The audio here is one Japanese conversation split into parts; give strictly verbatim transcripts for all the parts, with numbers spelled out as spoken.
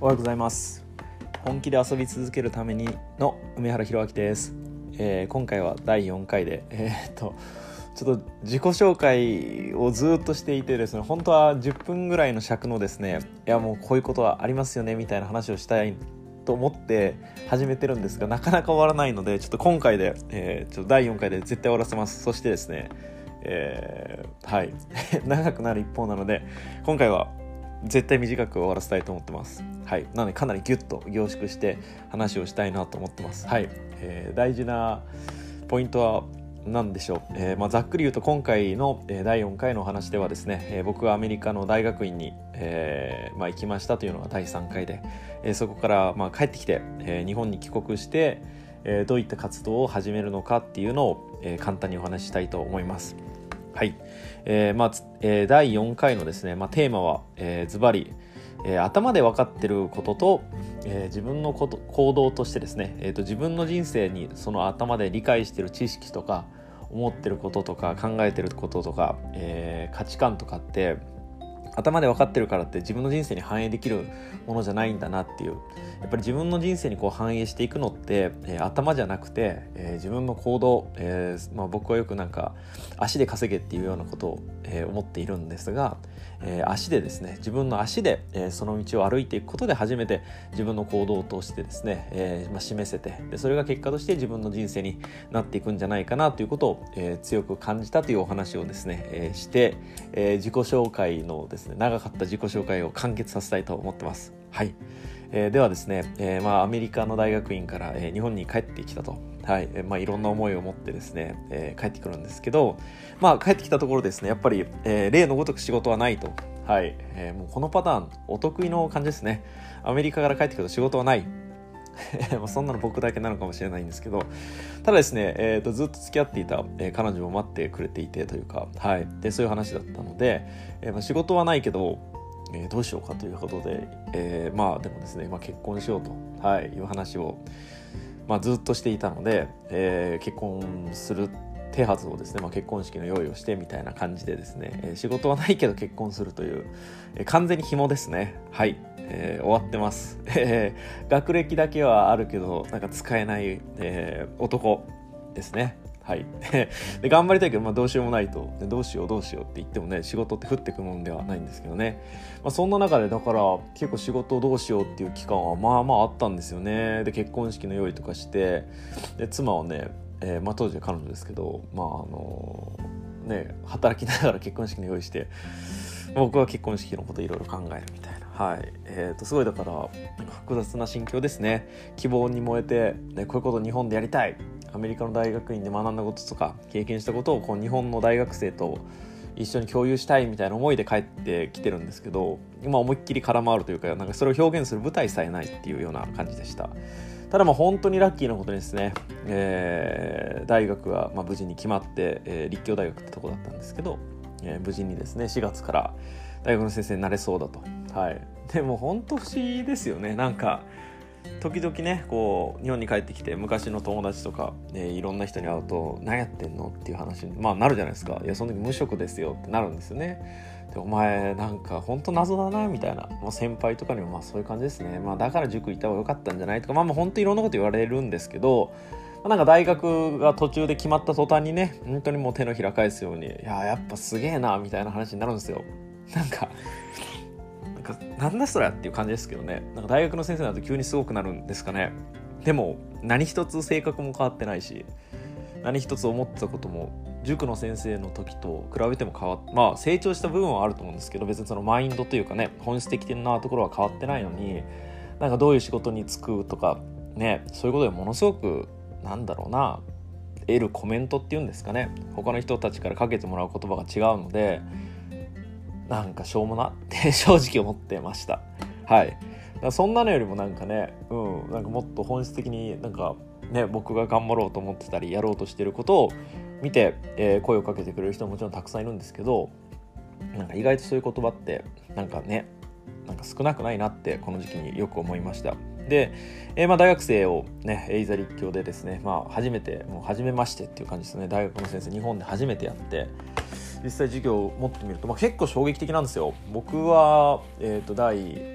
おはようございます。本気で遊び続けるためにの梅原弘明です。えー、今回はだいよんかいで、えー、っとちょっと自己紹介をずっとしていてですね、本当はじゅっぷんぐらいの尺のですね、いやもうこういうことはありますよねみたいな話をしたいと思って始めてるんですが、なかなか終わらないので、ちょっと今回で、えー、ちょっとだいよんかいで絶対終わらせます。そしてですね、えー、はい長くなる一方なので、今回は絶対短く終わらせたいと思ってます。はい、なのでかなりギュッと凝縮して話をしたいなと思ってます。はい、えー、大事なポイントは何でしょう。えーまあ、ざっくり言うと今回のだいよんかいのお話ではですね、えー、僕がアメリカの大学院に、えーまあ、行きましたというのがだいさんかいで、えー、そこからまあ帰ってきて、えー、日本に帰国して、えー、どういった活動を始めるのかっていうのを、えー、簡単にお話ししたいと思います。はい、えーまあえー、だいよんかいのですね、まあ、テーマは、えー、ズバリ、えー、頭で分かってることと、えー、自分のこと行動としてですね、えーと、自分の人生にその頭で理解してる知識とか思ってることとか考えてることとか、えー、価値観とかって頭で分かってるからって自分の人生に反映できるものじゃないんだなっていう、やっぱり自分の人生にこう反映していくのって、えー、頭じゃなくて、えー、自分の行動、えーまあ、僕はよくなんか足で稼げっていうようなことを、えー、思っているんですが、えー、足でですね、自分の足で、えー、その道を歩いていくことで初めて自分の行動を通してですね、えーまあ、示せて、でそれが結果として自分の人生になっていくんじゃないかなということを、えー、強く感じたというお話をですね、えー、して、えー、自己紹介のですね長かった自己紹介を完結させたいと思ってます。はい、えー、ではですね、えーまあ、アメリカの大学院から、えー、日本に帰ってきたと、はいえーまあ、いろんな思いを持ってですね、えー、帰ってくるんですけど、まあ、帰ってきたところですね、やっぱり、えー、例のごとく仕事はないと、はいえー、もうこのパターンお得意の感じですね。アメリカから帰ってくると仕事はないそんなの僕だけなのかもしれないんですけど、ただですね、えー、とずっと付き合っていた、えー、彼女も待ってくれていてというか、はい、でそういう話だったので、えーまあ、仕事はないけど、えー、どうしようかということで、えー、まあでもですね、まあ、結婚しようと、はい、いう話を、まあ、ずっとしていたので、えー、結婚する手はずをですね、まあ、結婚式の用意をしてみたいな感じでですね、えー、仕事はないけど結婚するという、えー、完全に紐ですね。はい、えー、終わってます、えー、学歴だけはあるけどなんか使えない、えー、男ですね。はいで頑張りたいけど、まあ、どうしようもないと、どうしようどうしようって言ってもね、仕事って降ってくもんではないんですけどね、まあ、そんな中でだから結構仕事をどうしようっていう期間はまあまああったんですよね。で結婚式の用意とかして、で妻はね、えーまあ、当時は彼女ですけど、まああのね、働きながら結婚式の用意して、僕は結婚式のこといろいろ考えるみたいな、はいえー、とすごいだからなんか複雑な心境ですね。希望に燃えて、ね、こういうことを日本でやりたい、アメリカの大学院で学んだこととか経験したことをこう日本の大学生と一緒に共有したいみたいな思いで帰ってきてるんですけど、今思いっきり空回るというか、なんかそれを表現する舞台さえないっていうような感じでした。ただまあ本当にラッキーなことにですね、えー、大学はまあ無事に決まって、えー、立教大学ってとこだったんですけど、えー、無事にですねしがつから大学の先生になれそうだと。はい、でも本当不思議ですよね。なんか時々ね、こう日本に帰ってきて昔の友達とか、えー、いろんな人に会うと何やってんのっていう話に、まあ、なるじゃないですか。いやその時無職ですよってなるんですよね。でお前なんか本当謎だなみたいな、まあ、先輩とかにもまあそういう感じですね。まあ、だから塾行った方が良かったんじゃないとか、まあ、まあ本当いろんなこと言われるんですけど、まあ、なんか大学が途中で決まった途端にね、本当にもう手のひら返すように、いややっぱすげえなみたいな話になるんですよ。なんかなんだそれっていう感じですけどね。なんか大学の先生になると急にすごくなるんですかね。でも何一つ性格も変わってないし、何一つ思ってたことも塾の先生の時と比べても変わっまあ成長した部分はあると思うんですけど、別にそのマインドというかね、本質的なところは変わってないのに、なんかどういう仕事に就くとかね、そういうことでものすごくなんだろうな、得るコメントっていうんですかね、他の人たちからかけてもらう言葉が違うので、なんかしょうもなって正直思ってました。はい。だからそんなのよりもなんかね、うん、なんかもっと本質的になんかね、僕が頑張ろうと思ってたりやろうとしてることを見て、えー、声をかけてくれる人ももちろんたくさんいるんですけど、なんか意外とそういう言葉ってなんかね、なんか少なくないなってこの時期によく思いました。で、えー、まあ大学生をね、いざ立教でですね、まあ初めてもう初めましてっていう感じですね。大学の先生日本で初めてやって、実際授業を持ってみると、まあ、結構衝撃的なんですよ。僕は、えー、と第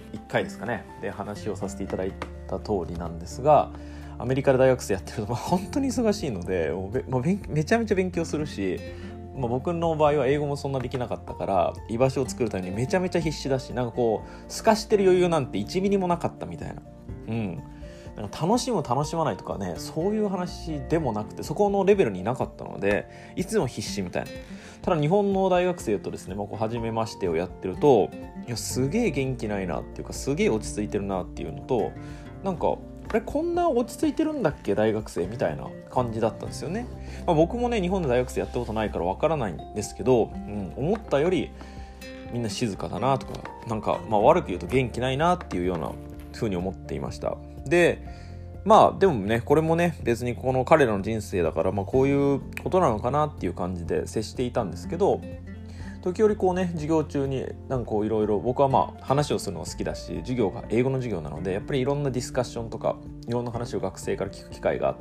いっかいですかねで話をさせていただいた通りなんですが、アメリカで大学生やってると、まあ、本当に忙しいのでもう め,、まあ、めちゃめちゃ勉強するし、まあ、僕の場合は英語もそんなできなかったから居場所を作るためにめちゃめちゃ必死だし、なんかこう透かしてる余裕なんていちミリもなかったみたいな、うん、なんか楽しむ楽しまないとかね、そういう話でもなくて、そこのレベルになかったのでいつも必死みたいな。ただ日本の大学生とですね、まあ、こう初めましてをやってると、いやすげえ元気ないなっていうか、すげえ落ち着いてるなっていうのと、なんかあれこんな落ち着いてるんだっけ大学生みたいな感じだったんですよね。まあ、僕もね日本で大学生やったことないからわからないんですけど、うん、思ったよりみんな静かだなとか、なんかまあ悪く言うと元気ないなっていうような風に思っていました。でまあでもねこれもね別にこの彼らの人生だから、まあ、こういうことなのかなっていう感じで接していたんですけど、時折こうね授業中になんかこういろいろ僕はまあ話をするのが好きだし、授業が英語の授業なのでやっぱりいろんなディスカッションとかいろんな話を学生から聞く機会があって、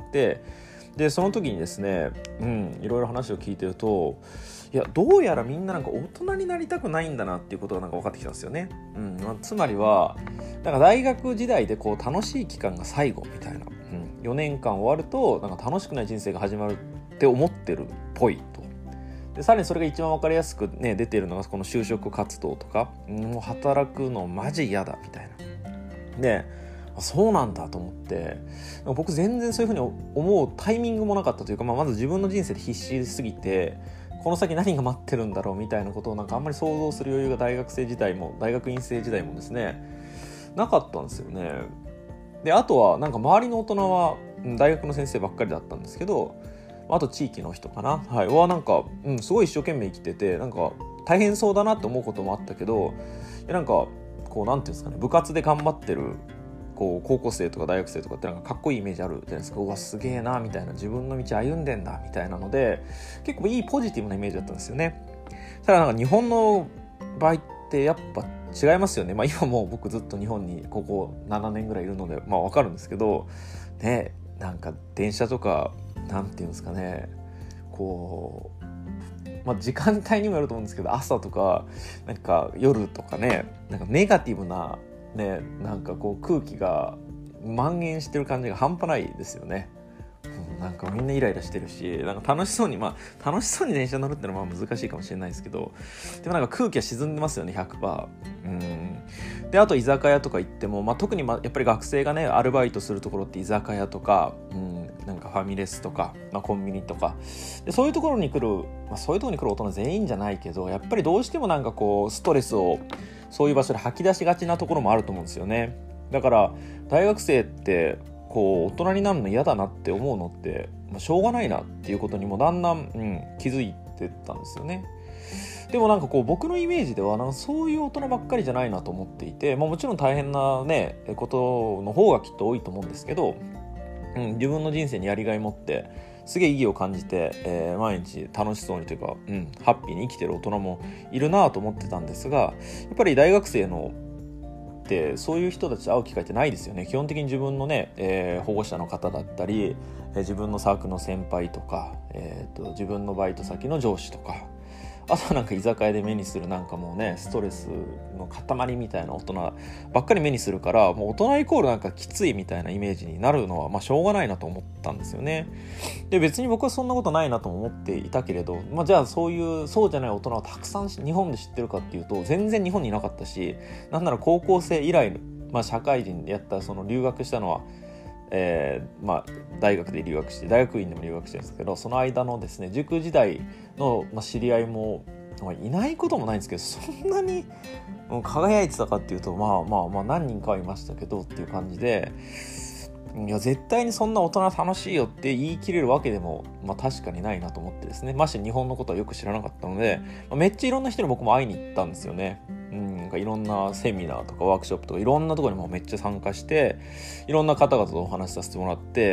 でその時にですね、うん、いろいろ話を聞いてると、いやどうやらみんななんか大人になりたくないんだなっていうことがなんか分かってきたんですよね。うんまあ、つまりはなんか大学時代でこう楽しい期間が最後みたいな、うん、よねんかん終わるとなんか楽しくない人生が始まるって思ってるっぽいと。でさらにそれが一番分かりやすく、ね、出ているのがこの就職活動とか、もう働くのマジ嫌だみたいな。でそうなんだと思って、僕全然そういうふうに思うタイミングもなかったというか、まあ、まず自分の人生で必死すぎてこの先何が待ってるんだろうみたいなことをなんかあんまり想像する余裕が大学生時代も大学院生時代もですねなかったんですよね。であとはなんか周りの大人は大学の先生ばっかりだったんですけど、あと地域の人かな、はい、はなんか、うん、すごい一生懸命生きてて、なんか大変そうだなって思うこともあったけど、なんかこうなんていうんですかね、部活で頑張ってるこう高校生とか大学生とかってなんかかっこいいイメージあるじゃないですか。うわすげえなみたいな、自分の道歩んでんだみたいなので結構いいポジティブなイメージだったんですよね。ただなんか日本の場合ってやっぱ違いますよね。まあ今もう僕ずっと日本にここななねんぐらいいるのでまあわかるんですけどね、なんか電車とかなんていうんですかね、こう、まあ、時間帯にもよると思うんですけど朝とかなんか夜とかね、なんかネガティブなね、なんかこう空気が蔓延してる感じが半端ないですよね。なんかみんなイライラしてるし、なんか楽しそうにまあ楽しそうに電車乗るってのはまあ難しいかもしれないですけど、でもなんか空気は沈んでますよね ひゃくパーセント。 うんであと居酒屋とか行っても、まあ、特にまあやっぱり学生がねアルバイトするところって居酒屋とか、うん、なんかファミレスとか、まあ、コンビニとかでそういうところに来る、まあ、そういうところに来る大人全員じゃないけど、やっぱりどうしてもなんかこうストレスをそういう場所で吐き出しがちなところもあると思うんですよね。だから大学生ってこう大人になるの嫌だなって思うのって、まあ、しょうがないなっていうことにもだんだん、うん、気づいてったんですよね。でもなんかこう僕のイメージではなんかそういう大人ばっかりじゃないなと思っていて、まあ、もちろん大変なねことの方がきっと多いと思うんですけど、うん、自分の人生にやりがい持ってすげえ意義を感じて、えー、毎日楽しそうにというか、うん、ハッピーに生きてる大人もいるなと思ってたんですが、やっぱり大学生のってそういう人たちと会う機会ってないですよね。基本的に自分のね、えー、保護者の方だったり、えー、自分のサークルの先輩とか、えー、と自分のバイト先の上司とか、あとはなんか居酒屋で目にするなんかもうねストレスの塊みたいな大人ばっかり目にするから、もう大人イコールなんかきついみたいなイメージになるのはまあしょうがないなと思ったんですよね。で別に僕はそんなことないなとも思っていたけれど、まあ、じゃあそういうそうじゃない大人はたくさん日本で知ってるかっていうと全然日本にいなかったし、なんなら高校生以来、まあ、社会人でやったその留学したのはえーまあ、大学で留学して大学院でも留学してるんですけど、その間のですね塾時代の、まあ、知り合いも、まあ、いないこともないんですけど、そんなに輝いてたかっていうとまあまあまあ何人かはいましたけどっていう感じで、いや絶対にそんな大人楽しいよって言い切れるわけでも、まあ、確かにないなと思ってですね、まして日本のことはよく知らなかったので、まあ、めっちゃいろんな人に僕も会いに行ったんですよね。うん、なんかいろんなセミナーとかワークショップとかいろんなところにもめっちゃ参加していろんな方々とお話しさせてもらって、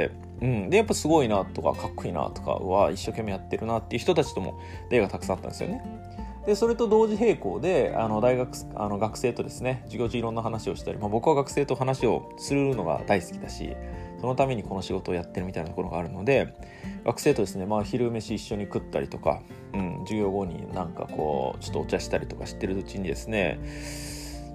うん、でやっぱすごいなとかかっこいいなとかうわ一生懸命やってるなっていう人たちとも出会いがたくさんあったんですよね。でそれと同時並行であの大学あの学生とですね授業中いろんな話をしたり、まあ、僕は学生と話をするのが大好きだしそのためにこの仕事をやってるみたいなところがあるので、学生とですね、まあ、昼飯一緒に食ったりとか、うん、授業後になんかこうちょっとお茶したりとかしてるうちにですね、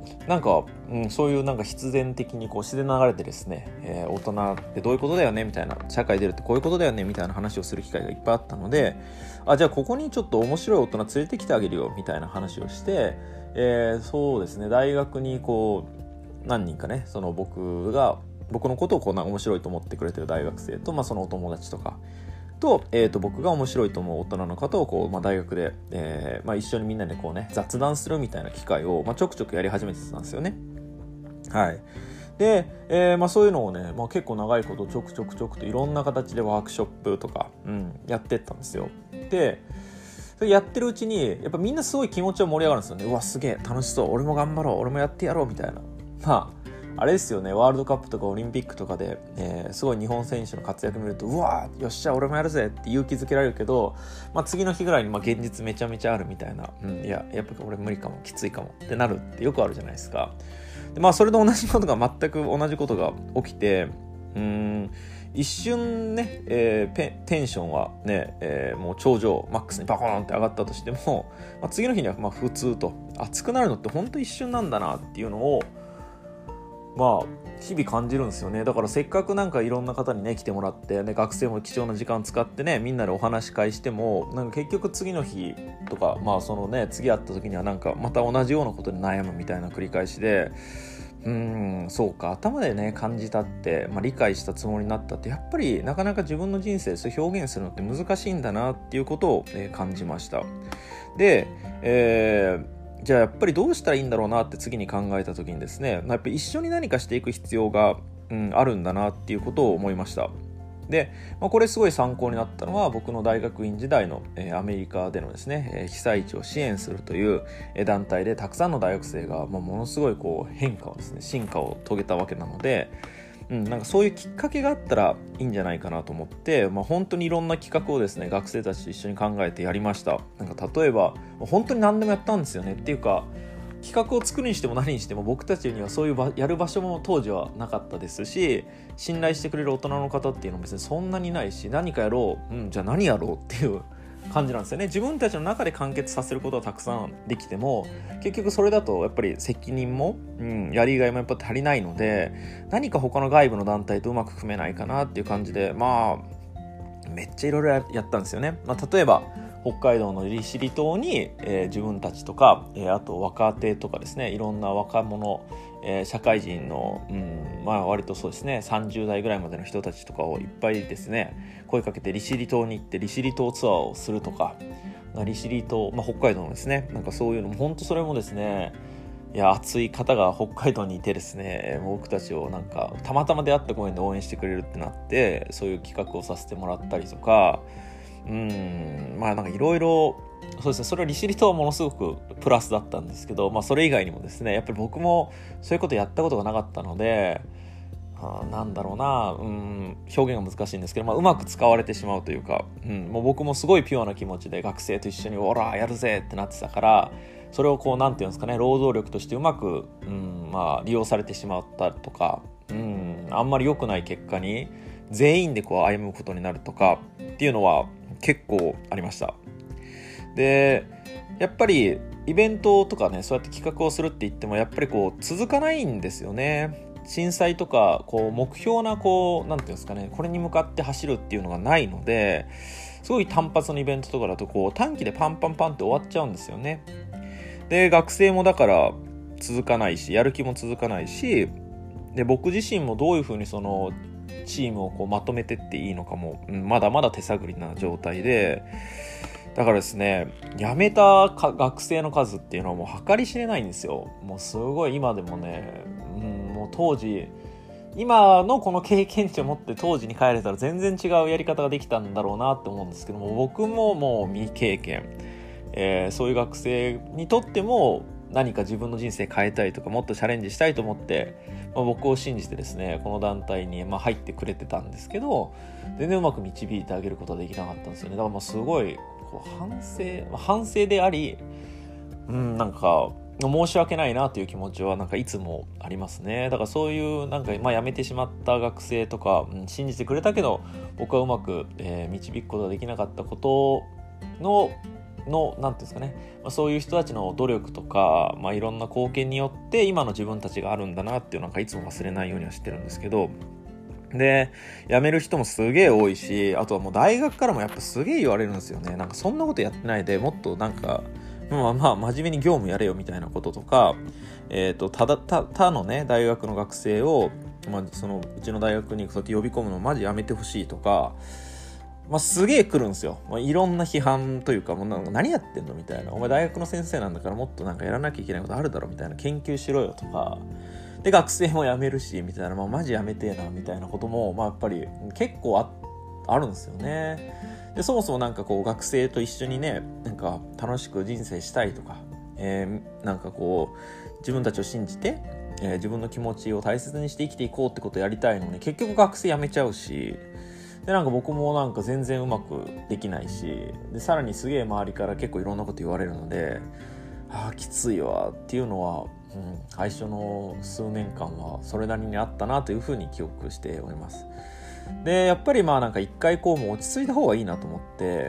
なんか、うん、そういうなんか必然的にこう自然な流れでですね、えー、大人ってどういうことだよねみたいな、社会出るってこういうことだよねみたいな話をする機会がいっぱいあったので、あ、じゃあここにちょっと面白い大人連れてきてあげるよみたいな話をして、えー、そうですね、大学にこう何人かね、その僕が僕のことをこうな面白いと思ってくれてる大学生と、まあ、そのお友達とかと、えー、と僕が面白いと思う大人の方をこう、まあ、大学で、えーまあ、一緒にみんなでこうね雑談するみたいな機会を、まあ、ちょくちょくやり始めてたんですよね。はい。で、えーまあ、そういうのをね、まあ、結構長いことちょくちょくちょくといろんな形でワークショップとか、うん、やってったんですよ。でそれやってるうちにやっぱみんなすごい気持ちは盛り上がるんですよね。うわすげえ楽しそう、俺も頑張ろう、俺もやってやろうみたいな。まああれですよね、ワールドカップとかオリンピックとかで、えー、すごい日本選手の活躍見ると、うわよっしゃ俺もやるぜって勇気づけられるけど、まあ、次の日ぐらいにまあ現実めちゃめちゃあるみたいな、うん、いややっぱ俺無理かも、きついかもってなるってよくあるじゃないですか。で、まあ、それと同じことが全く同じことが起きて、うーん一瞬ね、えー、ペテンションはね、えー、もう頂上マックスにバコーンって上がったとしても、まあ、次の日にはまあ普通と、熱くなるのって本当一瞬なんだなっていうのをまあ日々感じるんですよね。だからせっかくなんかいろんな方にね来てもらって、ね、学生も貴重な時間使ってねみんなでお話し会しても、なんか結局次の日とか、まあそのね次会った時にはなんかまた同じようなことで悩むみたいな繰り返しで、うーんそうか、頭でね感じたって、まあ、理解したつもりになったって、やっぱりなかなか自分の人生でそう表現するのって難しいんだなっていうことを、ね、感じました。で、えーじゃあやっぱりどうしたらいいんだろうなって次に考えた時にですね、やっぱり一緒に何かしていく必要が、うん、あるんだなっていうことを思いました。で、まあ、これすごい参考になったのは僕の大学院時代の、えー、アメリカでのですね、えー、被災地を支援するという、えー、団体でたくさんの大学生が、まあ、ものすごいこう変化をですね進化を遂げたわけなので、うん、なんかそういうきっかけがあったらいいんじゃないかなと思って、まあ、本当にいろんな企画をですね学生たちと一緒に考えてやりました。なんか例えば本当に何でもやったんですよね。っていうか企画を作るにしても何にしても僕たちにはそういう場やる場所も当時はなかったですし、信頼してくれる大人の方っていうのも別にそんなにないし、何かやろう、うん、じゃあ何やろうっていう感じなんですよね。自分たちの中で完結させることはたくさんできても、結局それだとやっぱり責任も、うん、やりがいもやっぱ足りないので、何か他の外部の団体とうまく組めないかなっていう感じで、まあめっちゃいろいろやったんですよね。まあ、例えば北海道の利尻島に、えー、自分たちとか、えー、あと若手とかですね、いろんな若者、えー、社会人の、うん、まあ割とそうですねさんじゅう代ぐらいまでの人たちとかをいっぱいですね声かけて利尻島に行って利尻島ツアーをするとか、利尻島、まあ、北海道のですね、なんかそういうのも本当それもですね、いや熱い方が北海道にいてですね、僕たちをなんかたまたま出会った公園で応援してくれるってなって、そういう企画をさせてもらったりとか、うーんまあなんかいろいろそうですね、それは利尻島はものすごくプラスだったんですけど、まあそれ以外にもですね、やっぱり僕もそういうことやったことがなかったので、あなんだろうな、うん表現が難しいんですけど、まあ、うまく使われてしまうというか、うん、もう僕もすごいピュアな気持ちで学生と一緒にオラやるぜってなってたから、それをこうなんていうんですかね、労働力としてうまく、うんまあ、利用されてしまったとか、うん、あんまり良くない結果に全員でこう歩むことになるとかっていうのは結構ありました。でやっぱりイベントとかね、そうやって企画をするって言ってもやっぱりこう続かないんですよね。震災とかこう目標なこうなんていうんですかね、これに向かって走るっていうのがないので、すごい単発のイベントとかだとこう短期でパンパンパンって終わっちゃうんですよね。で学生もだから続かないし、やる気も続かないし、で僕自身もどういうふうにそのチームをこうまとめてっていいのかも、うん、まだまだ手探りな状態で、だからですね、辞めたか学生の数っていうのはもう計り知れないんですよ。もうすごい今でもね、うん、もう当時今のこの経験値を持って当時に帰れたら全然違うやり方ができたんだろうなって思うんですけども、僕ももう未経験、えー、そういう学生にとっても何か自分の人生変えたいとかもっとチャレンジしたいと思って、まあ、僕を信じてですねこの団体にまあ入ってくれてたんですけど、全然うまく導いてあげることはできなかったんですよね。だからもうすごいこう反省反省であり、うんなんか申し訳ないなという気持ちはなんかいつもありますね。だからそういうなんか、まあ、辞めてしまった学生とか、うん、信じてくれたけど僕はうまく、えー、導くことができなかったことののなんていうんですかね、まあ、そういう人たちの努力とか、まあ、いろんな貢献によって今の自分たちがあるんだなっていうのなんかいつも忘れないようにはしてるんですけど、で辞める人もすげえ多いし、あとはもう大学からもやっぱすげえ言われるんですよね。なんかそんなことやってないでもっとなんかまあまあ真面目に業務やれよみたいなこととか、えーとただ他他のね大学の学生を、まあ、そのうちの大学にそうやって呼び込むのマジやめてほしいとか、まあ、すげえ来るんですよ、まあ、いろんな批判というか、もうなんか何やってんのみたいな、お前大学の先生なんだからもっとなんかやらなきゃいけないことあるだろみたいな、研究しろよとかで、学生も辞めるしみたいな、まあ、マジやめてえなみたいなことも、まあ、やっぱり結構 あ, あるんですよね。でそもそもなんかこう学生と一緒にねなんか楽しく人生したいとか、えー、なんかこう自分たちを信じて、えー、自分の気持ちを大切にして生きていこうってことをやりたいのに結局学生辞めちゃうし、でなんか僕もなんか全然うまくできないし、でさらにすげえ周りから結構いろんなこと言われるので、ああきついわっていうのは、うん、最初の数年間はそれなりにあったなというふうに記憶しております。でやっぱりまあなんか一回こうもう落ち着いた方がいいなと思って、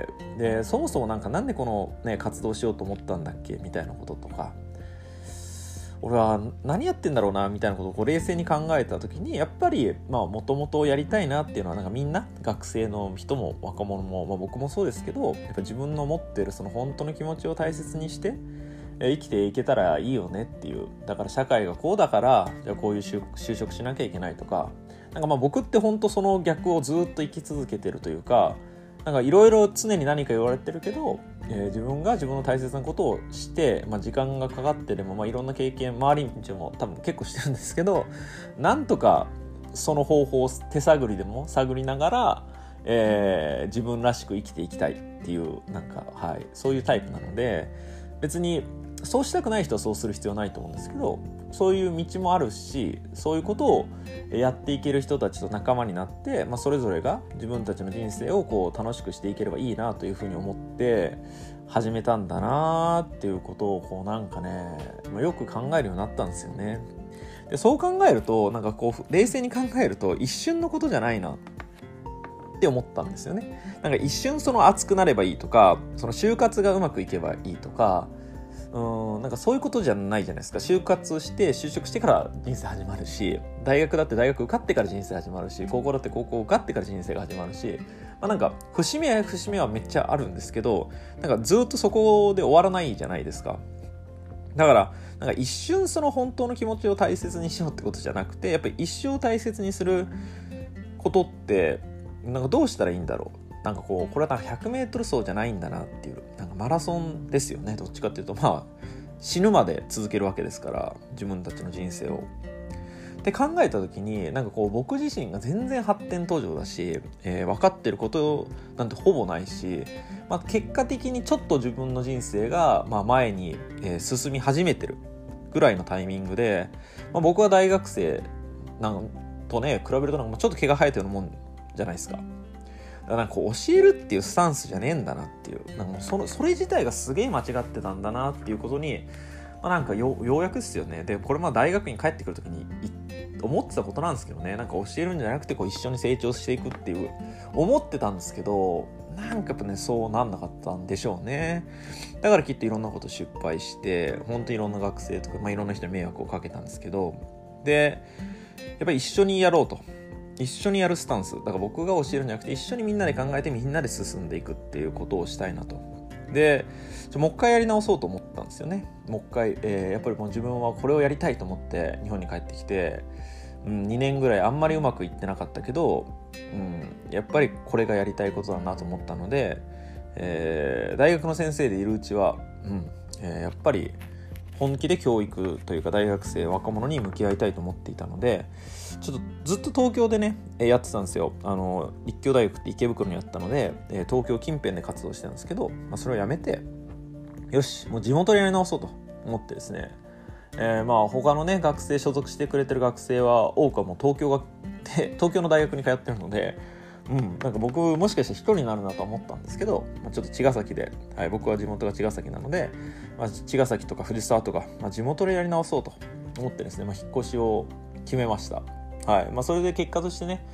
でそもそもなんかなんでこのね活動しようと思ったんだっけみたいなこととか、俺は何やってんだろうなみたいなことをこう冷静に考えた時に、やっぱりまあもともとやりたいなっていうのはなんかみんな学生の人も若者も、まあ、僕もそうですけど、やっぱ自分の持ってるその本当の気持ちを大切にして生きていけたらいいよねっていう。だから社会がこうだからじゃあこういう就職しなきゃいけないとか、なんかまあ僕って本当その逆をずっと生き続けてるというか、なんかいろいろ常に何か言われてるけど、えー、自分が自分の大切なことをして、まあ、時間がかかってでも、まあ、いろんな経験周り道も多分結構してるんですけど、なんとかその方法を手探りでも探りながら、えー、自分らしく生きていきたいっていうなんか、はい、そういうタイプなので、別にそうしたくない人はそうする必要はないと思うんですけど、そういう道もあるし、そういうことをやっていける人たちと仲間になって、まあ、それぞれが自分たちの人生をこう楽しくしていければいいなというふうに思って始めたんだなっていうことをこうなんかね、まあ、よく考えるようになったんですよね。でそう考えるとなんかこう冷静に考えると一瞬のことじゃないなって思ったんですよね。なんか一瞬その熱くなればいいとか、その就活がうまくいけばいいとか、うんなんかそういうことじゃないじゃないですか。就活して就職してから人生始まるし、大学だって大学受かってから人生始まるし、高校だって高校受かってから人生が始まるし、まあ、なんか節目は節目はめっちゃあるんですけど、なんかずっとそこで終わらないじゃないですか。だからなんか一瞬その本当の気持ちを大切にしようってことじゃなくて、やっぱり一生大切にすることってなんかどうしたらいいんだろう。なんかこうこれはなんかひゃくメートル走じゃないんだなっていう、なんかマラソンですよね。どっちかっていうとまあ死ぬまで続けるわけですから、自分たちの人生をって考えた時に、なんかこう僕自身が全然発展途上だし、えー、分かってることなんてほぼないし、まあ、結果的にちょっと自分の人生がまあ前に、えー、進み始めてるぐらいのタイミングで、まあ、僕は大学生なんとね比べるとなんかちょっと毛が生えてるようなもんじゃないですか。だからなんかこう教えるっていうスタンスじゃねえんだなっていう、なんかもうそのそれ自体がすげえ間違ってたんだなっていうことに、まあ、なんか よ, ようやくですよね。でこれまあ大学に帰ってくるときに思ってたことなんですけどね、なんか教えるんじゃなくてこう一緒に成長していくっていう思ってたんですけど、なんかやっぱねそうなんなかったんでしょうね。だからきっといろんなこと失敗して本当にいろんな学生とか、まあ、いろんな人に迷惑をかけたんですけど、でやっぱり一緒にやろうと、一緒にやるスタンスだから僕が教えるんじゃなくて一緒にみんなで考えてみんなで進んでいくっていうことをしたいなと。でもう一回やり直そうと思ったんですよね。もう一回、えー、やっぱりもう自分はこれをやりたいと思って日本に帰ってきて、うん、にねんぐらいあんまりうまくいってなかったけど、うん、やっぱりこれがやりたいことだなと思ったので、えー、大学の先生でいるうちは、うんえー、やっぱり本気で教育というか大学生若者に向き合いたいと思っていたので、ちょっとずっと東京でねやってたんですよ。あの立教大学って池袋にあったので東京近辺で活動してたんですけど、まあ、それをやめてよしもう地元でやり直そうと思ってですね、えー、まあ他のね学生所属してくれてる学生は多くはもう東京が東京の大学に通ってるので、うん、なんか僕もしかして一人になるなと思ったんですけど、まあ、ちょっと茅ヶ崎で、はい、僕は地元が茅ヶ崎なので、まあ、茅ヶ崎とか藤沢とか、まあ、地元でやり直そうと思ってですね、まあ、引っ越しを決めました。はいまあ、それで結果としてね、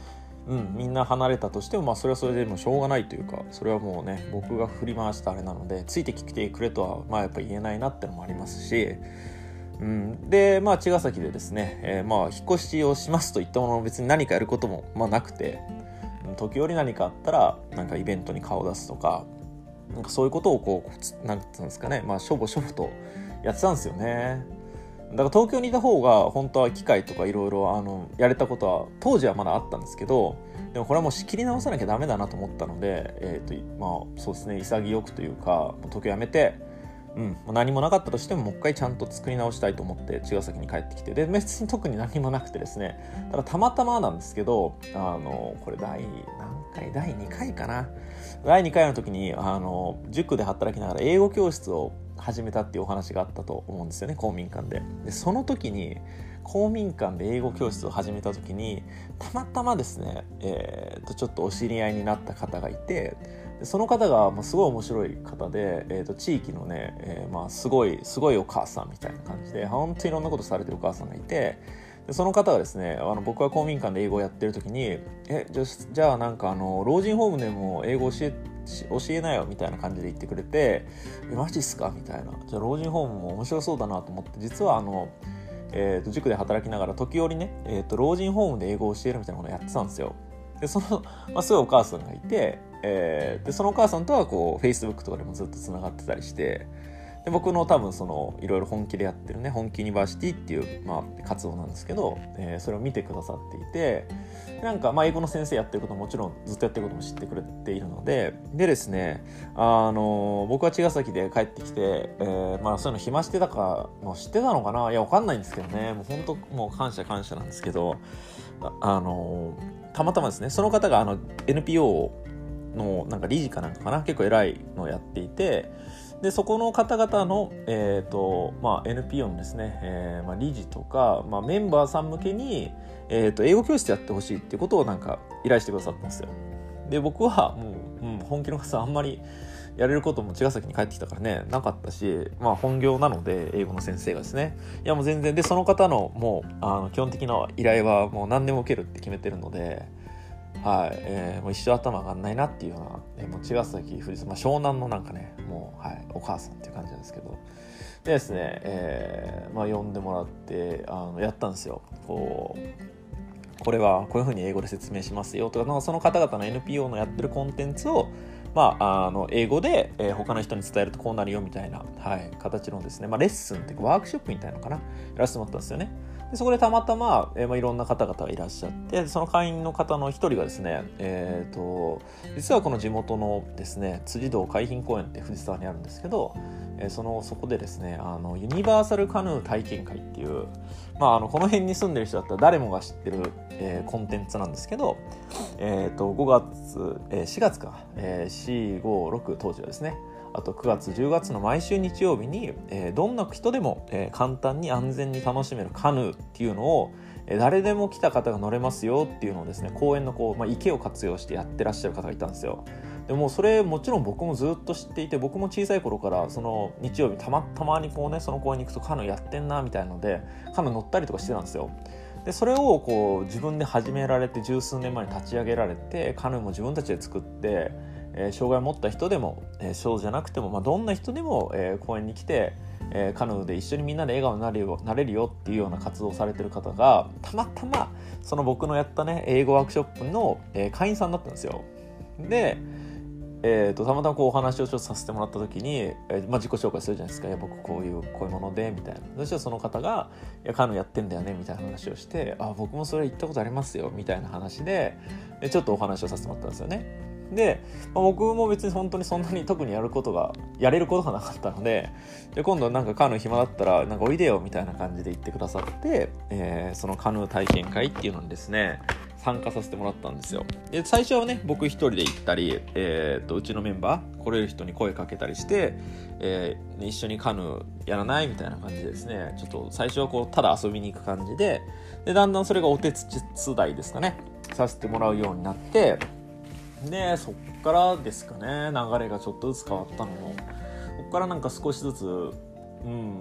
うん、みんな離れたとしても、まあ、それはそれでもしょうがないというか、それはもうね僕が振り回したあれなのでついてきてくれとはまあやっぱ言えないなってのもありますし、うん、でまあ茅ヶ崎でですね、えー、まあ引っ越しをしますといったものの別に何かやることもまあなくて、時折何かあったらなんかイベントに顔を出すとか、なんかそういうことをこうなんていうんですかね、まあしょぼしょぼとやってたんですよね。だから東京にいた方が本当は機械とかいろいろあのやれたことは当時はまだあったんですけど、でもこれはもう仕切り直さなきゃダメだなと思ったので、えーとまあそうですね、潔くというか東京やめて、うん、何もなかったとしてももう一回ちゃんと作り直したいと思って茅ヶ崎に帰ってきて、で別に特に何もなくてですね、ただたまたまなんですけど、あのこれ第何回だいにかいかな、だいにかいの時にあの塾で働きながら英語教室を始めたっていうお話があったと思うんですよね、公民館で。でその時に公民館で英語教室を始めた時にたまたまですね、えー、とちょっとお知り合いになった方がいて、でその方がまあすごい面白い方で、えー、と地域のね、えー、まあすごいすごいお母さんみたいな感じで本当にいろんなことされてるお母さんがいて、でその方がですね、あの僕が公民館で英語をやってる時にえじゃあ、じゃあなんかあの老人ホームでも英語教え教えなよみたいな感じで言ってくれて、えマジっすかみたいな、じゃあ老人ホームも面白そうだなと思って、実はあの、えー、と塾で働きながら時折ね、えー、と老人ホームで英語を教えるみたいなことをやってたんですよ。でその、まあ、すごいお母さんがいて、えー、でそのお母さんとはこう Facebook とかでもずっとつながってたりして、で僕の多分そのいろいろ本気でやってるね本気ユニバーシティっていう、まあ、活動なんですけど、えー、それを見てくださっていて、なんかまあ英語の先生やってることももちろんずっとやってることも知ってくれているので、でですね、あの僕は茅ヶ崎で帰ってきて、えー、まあそういうの暇してたかもう知ってたのかな、いやわかんないんですけどね、もう本当もう感謝感謝なんですけど、あ、あのたまたまですねその方があの エヌピーオー のなんか理事かなんかかな、結構偉いのをやっていて、でそこの方々の、えーとまあ、エヌピーオー のですね、えーまあ、理事とか、まあ、メンバーさん向けに、えーと英語教室やってほしいっていうことをなんか依頼してくださったんですよ。で僕はもう、うん、本気の方あんまりやれることも茅ヶ崎に帰ってきたからねなかったし、まあ本業なので英語の先生がですね、いやもう全然で、その方のもうあの基本的な依頼はもう何でも受けるって決めてるので、はい、えー、もう一生頭上がんないなっていうような、えー、もう茅ヶ崎富士、まあ、湘南のなんかねもう、はい、お母さんっていう感じなんですけど、でですね、えーまあ、呼んでもらってあのやったんですよ。こうこれはこういう風に英語で説明しますよとか、なんかその方々の エヌピーオー のやってるコンテンツをまあ、あの英語で、えー、他の人に伝えるとこうなるよみたいな、はい、形のですね、まあ、レッスンっていうかワークショップみたいなのかなやらせてもらったんですよね。でそこでたまたま、えーまあ、いろんな方々がいらっしゃって、その会員の方の一人がですね、えー、と実はこの地元のですね辻堂海浜公園って藤沢にあるんですけど、えー、そのそこでですねあのユニバーサルカヌー体験会っていう、まあ、あのこの辺に住んでる人だったら誰もが知ってる、えー、コンテンツなんですけど、えー、とごがつ、えー、しがつか、えー、よん、ご、ろく当時はですね、あとくがつじゅうがつの毎週日曜日に、えー、どんな人でも、えー、簡単に安全に楽しめるカヌーっていうのを、えー、誰でも来た方が乗れますよっていうのをですね、公園のこう、まあ、池を活用してやってらっしゃる方がいたんですよ。でもそれもちろん僕もずっと知っていて、僕も小さい頃からその日曜日たまたまにこうねその公園に行くとカヌーやってんなみたいなのでカヌー乗ったりとかしてたんですよ。でそれをこう自分で始められて十数年前に立ち上げられて、カヌーも自分たちで作って、えー、障害を持った人でも、えー、そうじゃなくても、まあ、どんな人でも、えー、公園に来て、えー、カヌーで一緒にみんなで笑顔になれるよ、なれるよっていうような活動をされてる方がたまたまその僕のやったね英語ワークショップの、えー、会員さんだったんですよ。でえー、とたまたまこうお話をちょっとさせてもらった時に、えーまあ、自己紹介するじゃないですか。いや僕こういうこういうものでみたいな。そしたらその方がいやカヌーやってんだよねみたいな話をして、あ僕もそれ行ったことありますよみたいな話で、でちょっとお話をさせてもらったんですよね。で、まあ、僕も別に本当にそんなに特にやることがやれることがなかったので、で今度なんかカヌー暇だったらなんかおいでよみたいな感じで言ってくださって、えー、そのカヌー体験会っていうのにですね参加させてもらったんですよ。で最初はね僕一人で行ったり、えー、とうちのメンバー来れる人に声かけたりして、えー、一緒にカヌーやらないみたいな感じでですね、ちょっと最初はこうただ遊びに行く感じで、でだんだんそれがお手伝いですかねさせてもらうようになって、でそっからですかね流れがちょっとずつ変わったのも、こっからなんか少しずつうん、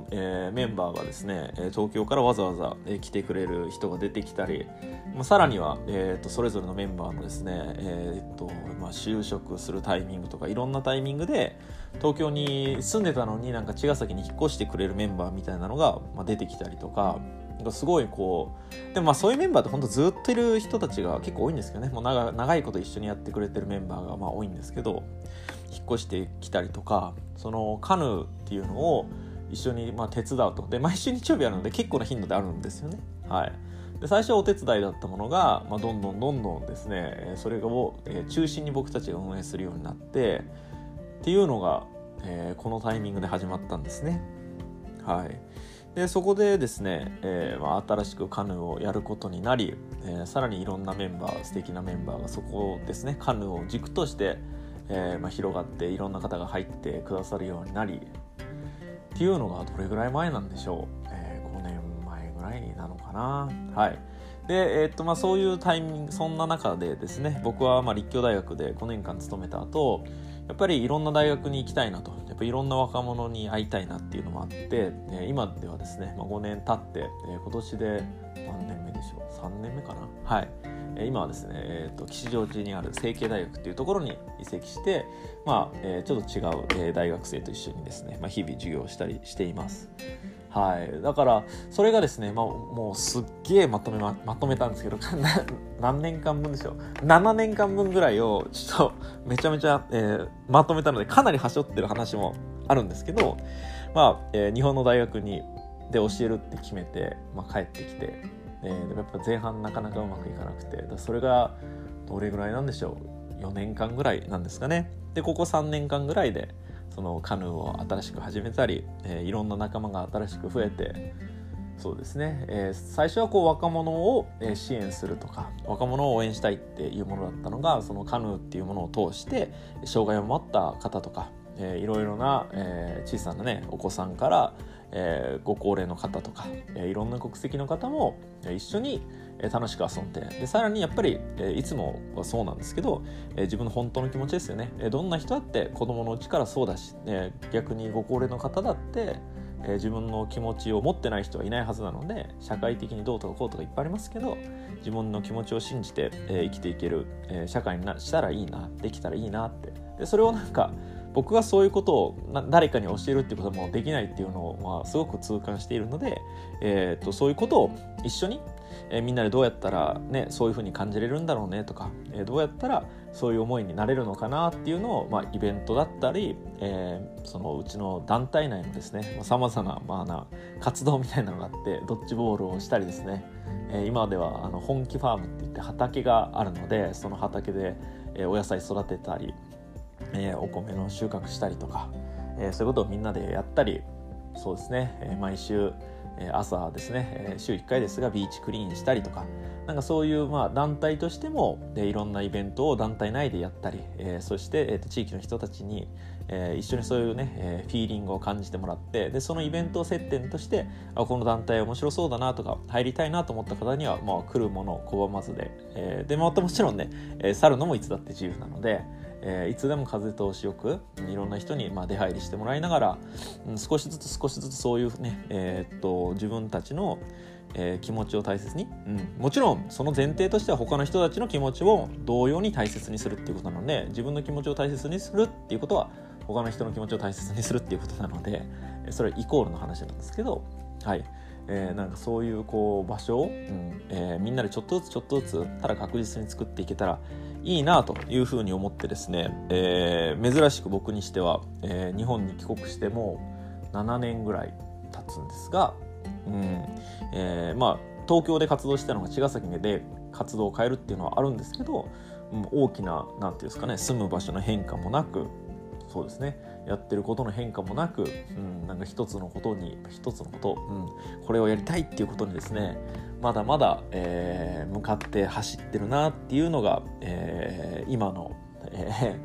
えー、メンバーがですね東京からわざわざ来てくれる人が出てきたり、まあ、さらには、えー、とそれぞれのメンバーのですね、えーとまあ、就職するタイミングとかいろんなタイミングで東京に住んでたのになんか茅ヶ崎に引っ越してくれるメンバーみたいなのが、まあ、出てきたりとか、すごいこうでもまあそういうメンバーって本当ずっといる人たちが結構多いんですけどね、もう 長, 長いこと一緒にやってくれてるメンバーがまあ多いんですけど、引っ越してきたりとか、そのカヌーっていうのを一緒にまあ手伝うと。で毎週日曜日あるので結構な頻度であるんですよね。はい。で最初はお手伝いだったものが、まあ、どんどんどんどんですねそれを中心に僕たちが運営するようになってっていうのが、えー、このタイミングで始まったんですね。はい。でそこでですね、えーまあ、新しくカヌーをやることになり、えー、さらにいろんなメンバー素敵なメンバーがそこですねカヌーを軸として、えーまあ、広がっていろんな方が入ってくださるようになりっていうのがどれぐらい前なんでしょう、えー、ごねんまえぐらいなのかな。はいで、えーっとまあ、そういうタイミングそんな中でですね僕はまあ立教大学でごねんかん勤めた後やっぱりいろんな大学に行きたいなと、やっぱいろんな若者に会いたいなっていうのもあって、えー、今ではですね、まあ、ごねん経って、えー、今年で何年目でしょうさんねんめかな。はい、えー、今はですね、えー、と吉祥寺にある成蹊大学っていうところに移籍して、まあえー、ちょっと違う、えー、大学生と一緒にですね、まあ、日々授業をしたりしています。はい、だからそれがですね、まあ、もうすっげえまとめま、まとめたんですけど何年間分でしょうななねんかんぶんぐらいをちょっとめちゃめちゃ、えー、まとめたのでかなりはしょってる話もあるんですけど、まあえー、日本の大学にで教えるって決めて、まあ、帰ってきて、えー、でもやっぱ前半なかなかうまくいかなくて、だそれがどれぐらいなんでしょうよねんかんぐらいなんですかね。でここさんねんかんぐらいでそのカヌーを新しく始めたり、えー、いろんな仲間が新しく増えて、そうですね、えー、最初はこう若者を支援するとか若者を応援したいっていうものだったのが、そのカヌーっていうものを通して障害を持った方とか、えー、いろいろな、えー、小さなねお子さんから、えー、ご高齢の方とか、えー、いろんな国籍の方も一緒に楽しく遊んで、でさらにやっぱりいつもはそうなんですけど、自分の本当の気持ちですよね。どんな人だって子供のうちからそうだし、逆にご高齢の方だって自分の気持ちを持ってない人はいないはずなので、社会的にどうとかこうとかいっぱいありますけど、自分の気持ちを信じて生きていける社会にしたらいいな、できたらいいなって。でそれをなんか僕がそういうことを誰かに教えるっていうこともできないっていうのを、まあ、すごく痛感しているので、えー、とそういうことを一緒に、えー、みんなでどうやったら、ね、そういうふうに感じれるんだろうねとか、えー、どうやったらそういう思いになれるのかなっていうのを、まあ、イベントだったり、えー、そのうちの団体内のですねさまざまな、まあ、な活動みたいなのがあって、ドッジボールをしたりですね、えー、今ではあの本気ファームっていって畑があるので、その畑で、えー、お野菜育てたり、えー、お米の収穫したりとか、えー、そういうことをみんなでやったり、そうですね、えー、毎週、えー、朝ですね、えー、週いっかいですがビーチクリーンしたりとか、なんかそういう、まあ、団体としても、えー、いろんなイベントを団体内でやったり、えー、そして、えー、と地域の人たちに、えー、一緒にそういうね、えー、フィーリングを感じてもらって、でそのイベントを接点として、あこの団体面白そうだなとか入りたいなと思った方には、まあ、来るものを拒まずで、えー、でまたもちろんね、えー、去るのもいつだって自由なので、えー、いつでも風通しよくいろんな人にまあ出入りしてもらいながら、うん、少しずつ少しずつそういうね、えー、っと自分たちの、えー、気持ちを大切に、うん、もちろんその前提としては他の人たちの気持ちを同様に大切にするっていうことなので、自分の気持ちを大切にするっていうことは他の人の気持ちを大切にするっていうことなので、それはイコールの話なんですけど、はい、えー、なんかそういうこう場所を、うんえー、みんなでちょっとずつちょっとずつただ確実に作っていけたらいいなというふうに思ってですね、えー、珍しく僕にしては、えー、日本に帰国してもななねんぐらい経つんですが、うんえー、まあ東京で活動してたのが茅ヶ崎で活動を変えるっていうのはあるんですけど、うん、大きななんていうんですかね、住む場所の変化もなく、そうですね、やってることの変化もなく、うん、なんか一つのことに一つのこと、うん、これをやりたいっていうことにですね、まだまだ、えー、向かって走ってるなっていうのが、えー、今の、えー、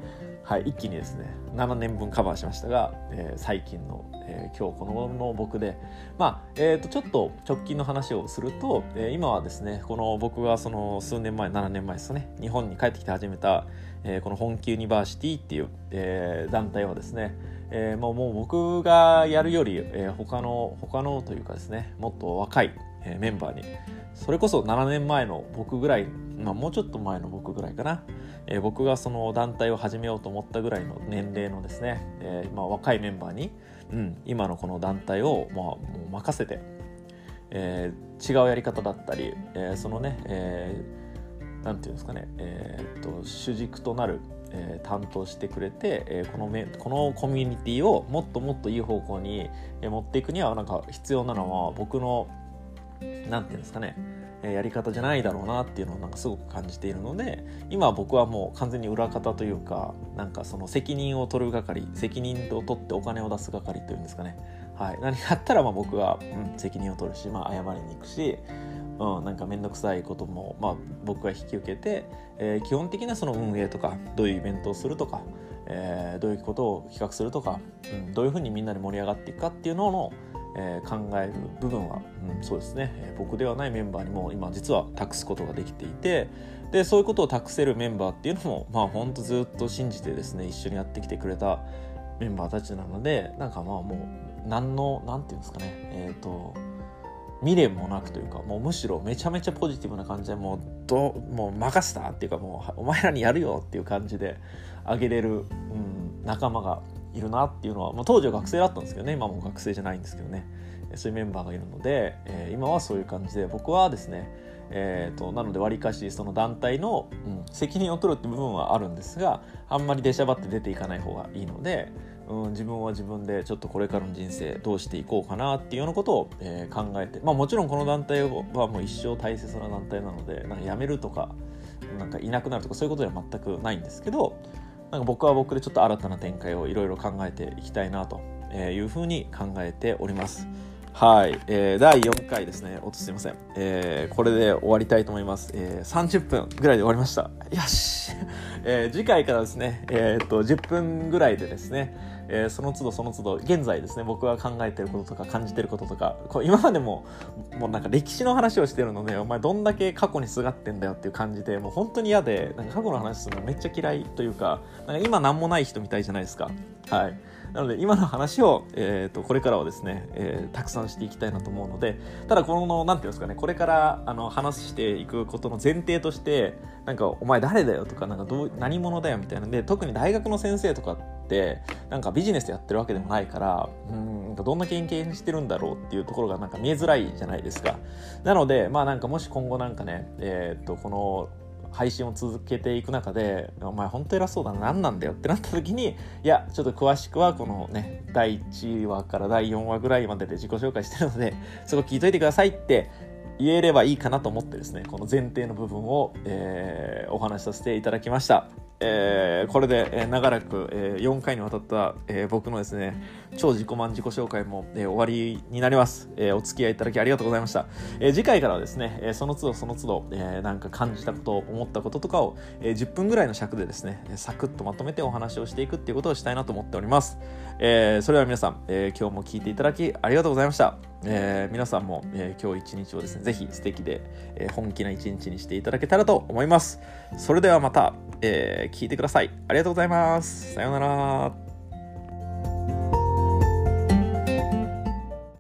はい、一気にですねななねんぶんカバーしましたが、えー、最近の、えー、今日このの僕で、まあえー、とちょっと直近の話をすると、えー、今はですねこの僕がその数年前ななねんまえですね日本に帰ってきて始めた、えー、この本気ユニバーシティっていう、えー、団体はですね、えー、もうもう僕がやるより、えー、他の他のというかですねもっと若い、えー、メンバーにそれこそななねんまえの僕ぐらい、まあ、もうちょっと前の僕ぐらいかな、えー、僕がその団体を始めようと思ったぐらいの年齢のですね、えーまあ、若いメンバーに、うん、今のこの団体を、まあ、もう任せて、えー、違うやり方だったり、えー、そのね、えー、なんていうんですかね、えー、っと主軸となる、えー、担当してくれて、えー、このめこのコミュニティをもっともっといい方向に持っていくにはなんか必要なのは僕のなんていうんですかね、やり方じゃないだろうなっていうのをなんかすごく感じているので、今は僕はもう完全に裏方というか、なんかその責任を取る係、責任を取ってお金を出す係というんですかね、はい、何かあったらまあ僕は、うん、責任を取るし、まあ、謝りに行くし、うん、なんか面倒くさいことも、まあ、僕が引き受けて、えー、基本的なその運営とかどういうイベントをするとか、えー、どういうことを企画するとか、うん、どういうふうにみんなで盛り上がっていくかっていうののえー、考える部分は、うん、そうですね、えー、僕ではないメンバーにも今実は託すことができていて、でそういうことを託せるメンバーっていうのもまあ本当ずっと信じてですね一緒にやってきてくれたメンバーたちなので、なんかまあもう何のなんていうんですかね、えっと未練もなくというか、もうむしろめちゃめちゃポジティブな感じでもうどうもう任せたっていうか、もうお前らにやるよっていう感じであげれる、うん、仲間がいるなっていうのは、まあ、当時は学生だったんですけどね、今も学生じゃないんですけどね、そういうメンバーがいるので、えー、今はそういう感じで僕はですね、えー、となのでわりかしその団体の、うん、責任を取るって部分はあるんですが、あんまり出しゃばって出ていかない方がいいので、うん、自分は自分でちょっとこれからの人生どうしていこうかなっていうようなことを、えー、考えて、まあ、もちろんこの団体はもう一生大切な団体なので、なんか辞めるとかなんかいなくなるとかそういうことでは全くないんですけど、なんか僕は僕でちょっと新たな展開をいろいろ考えていきたいなというふうに考えております。はい、えー、だいよんかいですね。おとすいません、えー、これで終わりたいと思います、えー、さんじゅっぷんぐらいで終わりました。よし、えー、次回からですね、えー、っとじゅっぷんぐらいでですね、えー、その都度その都度現在ですね僕が考えていることとか感じていることとか、こう今までももうなんか歴史の話をしてるので、お前どんだけ過去にすがってんだよっていう感じで、もう本当に嫌で、なんか過去の話するのめっちゃ嫌いというか、なんか今なんもない人みたいじゃないですか。はい、なので今の話を、えー、とこれからはですね、えー、たくさんしていきたいなと思うので、ただこのなんていうんですかね、これからあの話していくことの前提として、なんかお前誰だよとか、なんかどう何者だよみたいなので、特に大学の先生とかってなんかビジネスやってるわけでもないから、うーんなんかどんな経験してるんだろうっていうところがなんか見えづらいじゃないですか。なのでまあなんかもし今後なんかね、えー、とこの配信を続けていく中で、お前本当偉そうだな、何なんだよってなった時に、いやちょっと詳しくはこのねだいいちわからだいよんわぐらいまでで自己紹介してるので、そこ聞いといてくださいって言えればいいかなと思ってですね、この前提の部分を、えー、お話しさせていただきました。えー、これで、えー、長らく、えー、よんかいにわたった、えー、僕のですね超自己満自己紹介も、えー、終わりになります、えー、お付き合いいただきありがとうございました。えー、次回からはですね、えー、その都度その都度、えー、なんか感じたこと思ったこととかを、えー、じゅっぷんぐらいの尺でですねサクッとまとめてお話をしていくっていうことをしたいなと思っております。えー、それでは皆さん、えー、今日も聞いていただきありがとうございました。えー、皆さんも、えー、今日一日をですねぜひ素敵で、えー、本気な一日にしていただけたらと思います。それではまた、えー、聞いてください。ありがとうございます。さようなら。